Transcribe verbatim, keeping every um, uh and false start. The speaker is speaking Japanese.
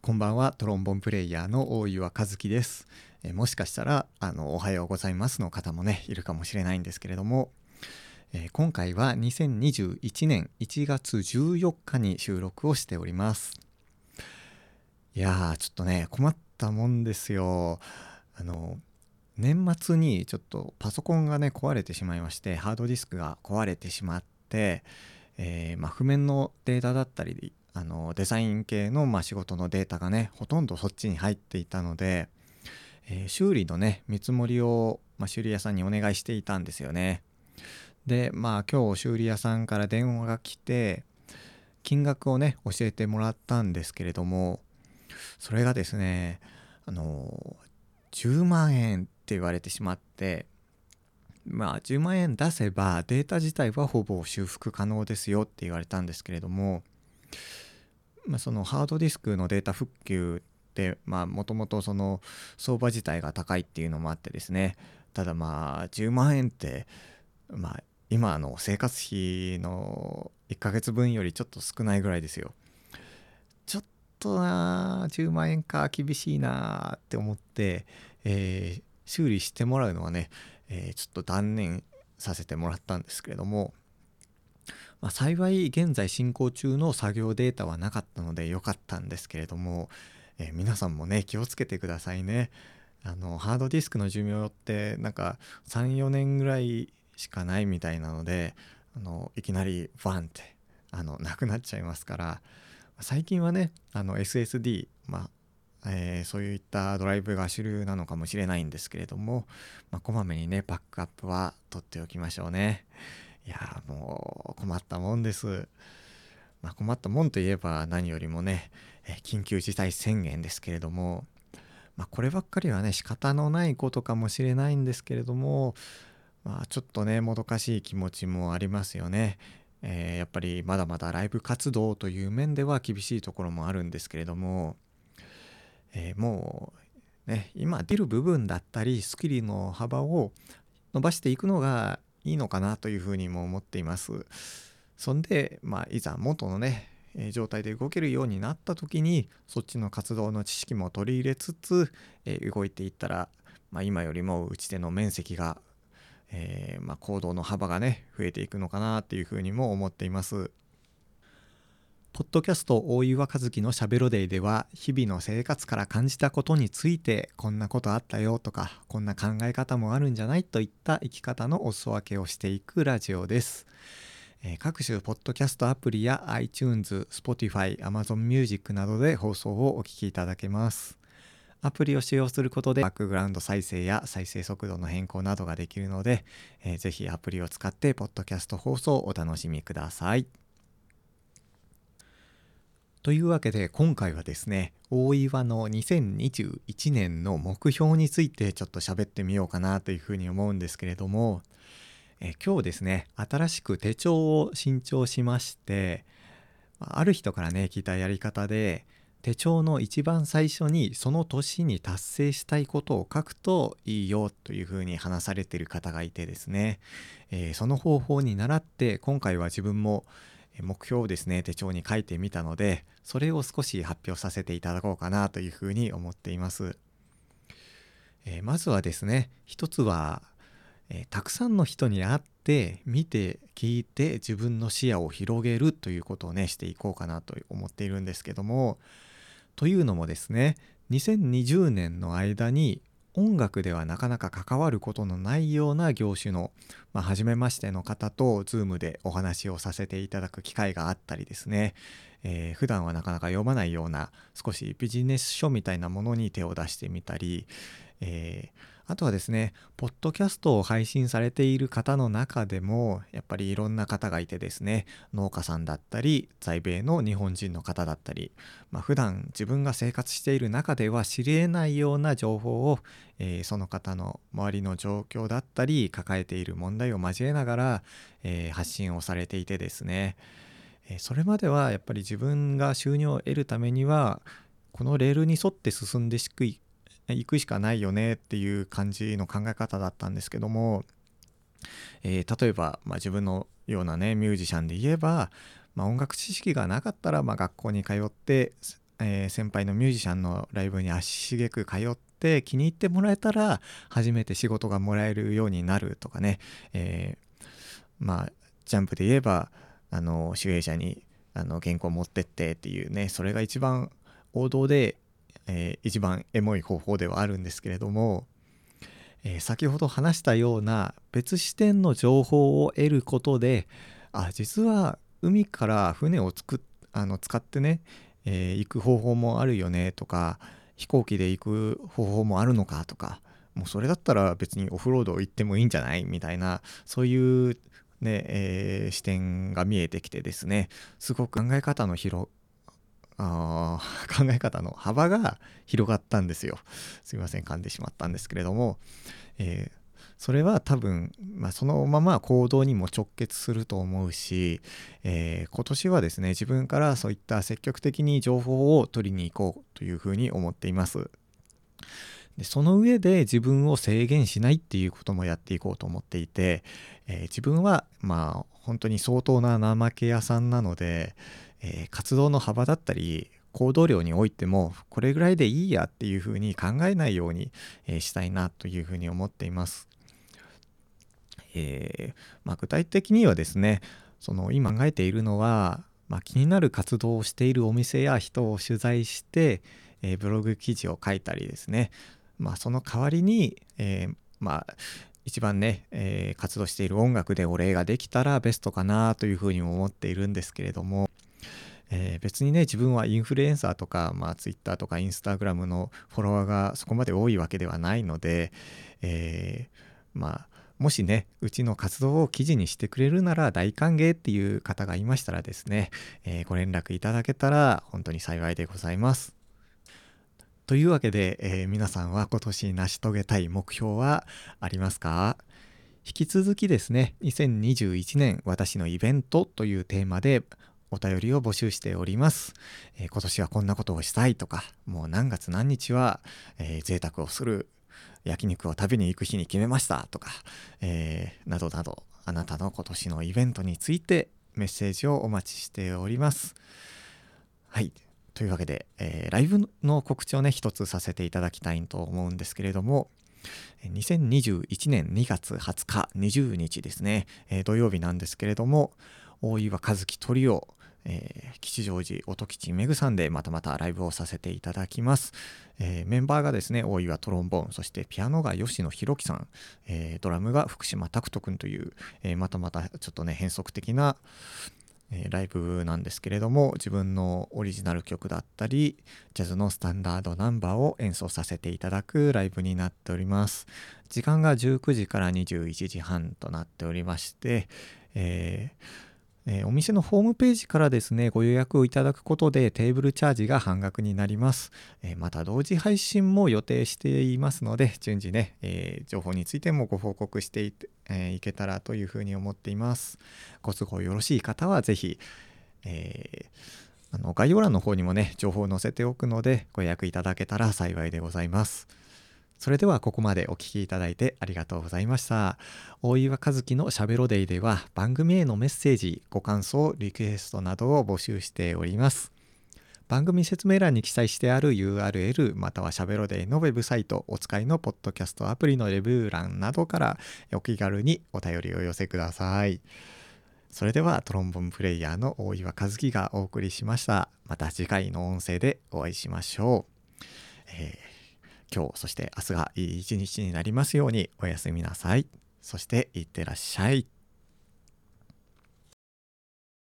こんばんは。トロンボンプレイヤーの大岩和樹です。えーもしかしたらあのおはようございますの方もねいるかもしれないんですけれども、えー今回はにせんにじゅういちねんいちがつじゅうよっかに収録をしております。いやーちょっとね困ったもんですよ。あの年末にちょっとパソコンがね壊れてしまいまして、ハードディスクが壊れてしまって、えーまあ、譜面のデータだったりあのデザイン系の、まあ、仕事のデータがねほとんどそっちに入っていたので、えー修理のね見積もりを、まあ、修理屋さんにお願いしていたんですよね。でまあ今日修理屋さんから電話が来て金額をね教えてもらったんですけれども、それがですねあのじゅうまんえんって言われてしまって、まあじゅうまんえん出せばデータ自体はほぼ修復可能ですよって言われたんですけれども、まあ、そのハードディスクのデータ復旧ってまあもともとその相場自体が高いっていうのもあってですね、ただまあじゅうまんえんってまあ今の生活費のいっかげつぶんよりちょっと少ないぐらいですよ。ちょっとなじゅうまんえんか厳しいなって思って、えー修理してもらうのはね、えーちょっと断念させてもらったんですけれども、まあ、幸い現在進行中の作業データはなかったので良かったんですけれども、えー皆さんもね気をつけてくださいね。あのハードディスクの寿命ってなんかさんよねんぐらいしかないみたいなので、あのいきなりバンってあのなくなっちゃいますから、最近はねあの エスエスディー、まあえーそういったドライブが主流なのかもしれないんですけれども、まあ、こまめにねバックアップは取っておきましょうね。いやーもう困ったもんです。まあ、困ったもんといえば何よりもね、えー緊急事態宣言ですけれども、まあ、こればっかりはね仕方のないことかもしれないんですけれども、まあ、ちょっとねもどかしい気持ちもありますよね。えーやっぱりまだまだライブ活動という面では厳しいところもあるんですけれども、えーもうね今出る部分だったりスキルの幅を伸ばしていくのがいいのかなというふうにも思っています。そんで、まあ、いざ元のね、えー状態で動けるようになった時にそっちの活動の知識も取り入れつつ、えー動いていったら、まあ、今よりも打ち手の面積が、えーまあ、行動の幅がね増えていくのかなっていうふうにも思っています。ポッドキャスト大岩和樹のしゃべろデイでは日々の生活から感じたことについて、こんなことあったよとかこんな考え方もあるんじゃないといった生き方のお裾分けをしていくラジオです。えー各種ポッドキャストアプリや iTunes、Spotify、Amazon Music などで放送をお聞きいただけます。アプリを使用することでバックグラウンド再生や再生速度の変更などができるので、えーぜひアプリを使ってポッドキャスト放送をお楽しみください。というわけで今回はですね、大岩のにせんにじゅういちねんの目標についてちょっと喋ってみようかなというふうに思うんですけれども、え今日ですね新しく手帳を新調しまして、ある人からね聞いたやり方で、手帳の一番最初にその年に達成したいことを書くといいよというふうに話されている方がいてですね、えーその方法に倣って今回は自分もえー目標をですね手帳に書いてみたので、それを少し発表させていただこうかなというふうに思っています。えーまずはですね、一つはえーたくさんの人に会って見て聞いて自分の視野を広げるということをねしていこうかなと思っているんですけども、というのもですねにせんにじゅうねんの間に音楽ではなかなか関わることのないような業種の、まあ、初めましての方と Zoom でお話をさせていただく機会があったりですね、えー普段はなかなか読まないような少しビジネス書みたいなものに手を出してみたり、えーあとはですね、ポッドキャストを配信されている方の中でもやっぱりいろんな方がいてですね、農家さんだったり在米の日本人の方だったり、まあ、普段自分が生活している中では知り得ないような情報を、えーその方の周りの状況だったり抱えている問題を交えながら、えー発信をされていてですね、えーそれまではやっぱり自分が収入を得るためにはこのレールに沿って進んでいく行くしかないよねっていう感じの考え方だったんですけども、えー例えば、まあ、自分のようなねミュージシャンで言えば、まあ、音楽知識がなかったら、まあ、学校に通ってえー先輩のミュージシャンのライブに足しげく通って気に入ってもらえたら初めて仕事がもらえるようになるとかね、えーまあジャンプで言えばあの集英社にあの原稿持ってってっていうね、それが一番王道で、えー一番エモい方法ではあるんですけれども、えー先ほど話したような別視点の情報を得ることで、あ、実は海から船をつくあの使ってね、えー行く方法もあるよねとか、飛行機で行く方法もあるのかとか、もうそれだったら別にオフロード行ってもいいんじゃないみたいな、そういうね、えー視点が見えてきてですね、すごく考え方の広あー考え方の幅が広がったんですよ。すいません、噛んでしまったんですけれども、えーそれは多分、まあ、そのまま行動にも直結すると思うし、えー今年はですね、自分からそういった積極的に情報を取りに行こうというふうに思っています。でその上で自分を制限しないっていうこともやっていこうと思っていて、えー自分はまあ本当に相当な怠け屋さんなので、えー活動の幅だったり行動量においてもこれぐらいでいいやっていうふうに考えないように、えーしたいなというふうに思っています。えーまあ、具体的にはですね、その今考えているのは、まあ、気になる活動をしているお店や人を取材して、えーブログ記事を書いたりですね、まあ、その代わりに、えーまあ、一番ね、えー活動している音楽でお礼ができたらベストかなというふうにも思っているんですけれども、えー別にね、自分はインフルエンサーとか、まあ、Twitter とか Instagram のフォロワーがそこまで多いわけではないので、えーまあもしね、うちの活動を記事にしてくれるなら大歓迎っていう方がいましたらですね、えーご連絡いただけたら本当に幸いでございます。というわけで、えー皆さんは今年成し遂げたい目標はありますか？引き続きですね、にせんにじゅういちねん私のイベントというテーマでお便りを募集しております。えー今年はこんなことをしたいとか、もう何月何日は、えー贅沢をする、焼肉を食べに行く日に決めましたとか、えーなどなど、あなたの今年のイベントについてメッセージをお待ちしております。はい。というわけで、えーライブの告知をね、一つさせていただきたいと思うんですけれども、にせんにじゅういちねんにがつはつかにじゅうにちですね、えー土曜日なんですけれども、大岩和樹トリオ、えー吉祥寺音吉めぐさんでまたまたライブをさせていただきます。えーメンバーがですね、大岩トロンボーン、そしてピアノが吉野弘樹さん、えードラムが福島拓人くんという、えーまたまたちょっとね変則的なえーライブなんですけれども、自分のオリジナル曲だったりジャズのスタンダードナンバーを演奏させていただくライブになっております。時間がじゅうくじからにじゅういちじはんとなっておりまして、えーえーお店のホームページからですね、ご予約をいただくことでテーブルチャージが半額になります。えーまた同時配信も予定していますので、順次ね、えー情報についてもご報告していて、えーいけたらというふうに思っています。ご都合よろしい方はぜひ、えーあの概要欄の方にもね情報を載せておくのでご予約いただけたら幸いでございます。それではここまでお聞きいただいてありがとうございました。大岩和樹のしゃべろデイでは番組へのメッセージ、ご感想、リクエストなどを募集しております。番組説明欄に記載してある ユーアールエル またはしゃべろデイのウェブサイト、お使いのポッドキャストアプリのレビュー欄などからお気軽にお便りを寄せください。それではトロンボンプレイヤーの大岩和樹がお送りしました。また次回の音声でお会いしましょう。えー今日そして明日がいい一日になりますように。おやすみなさい。そしていってらっしゃい。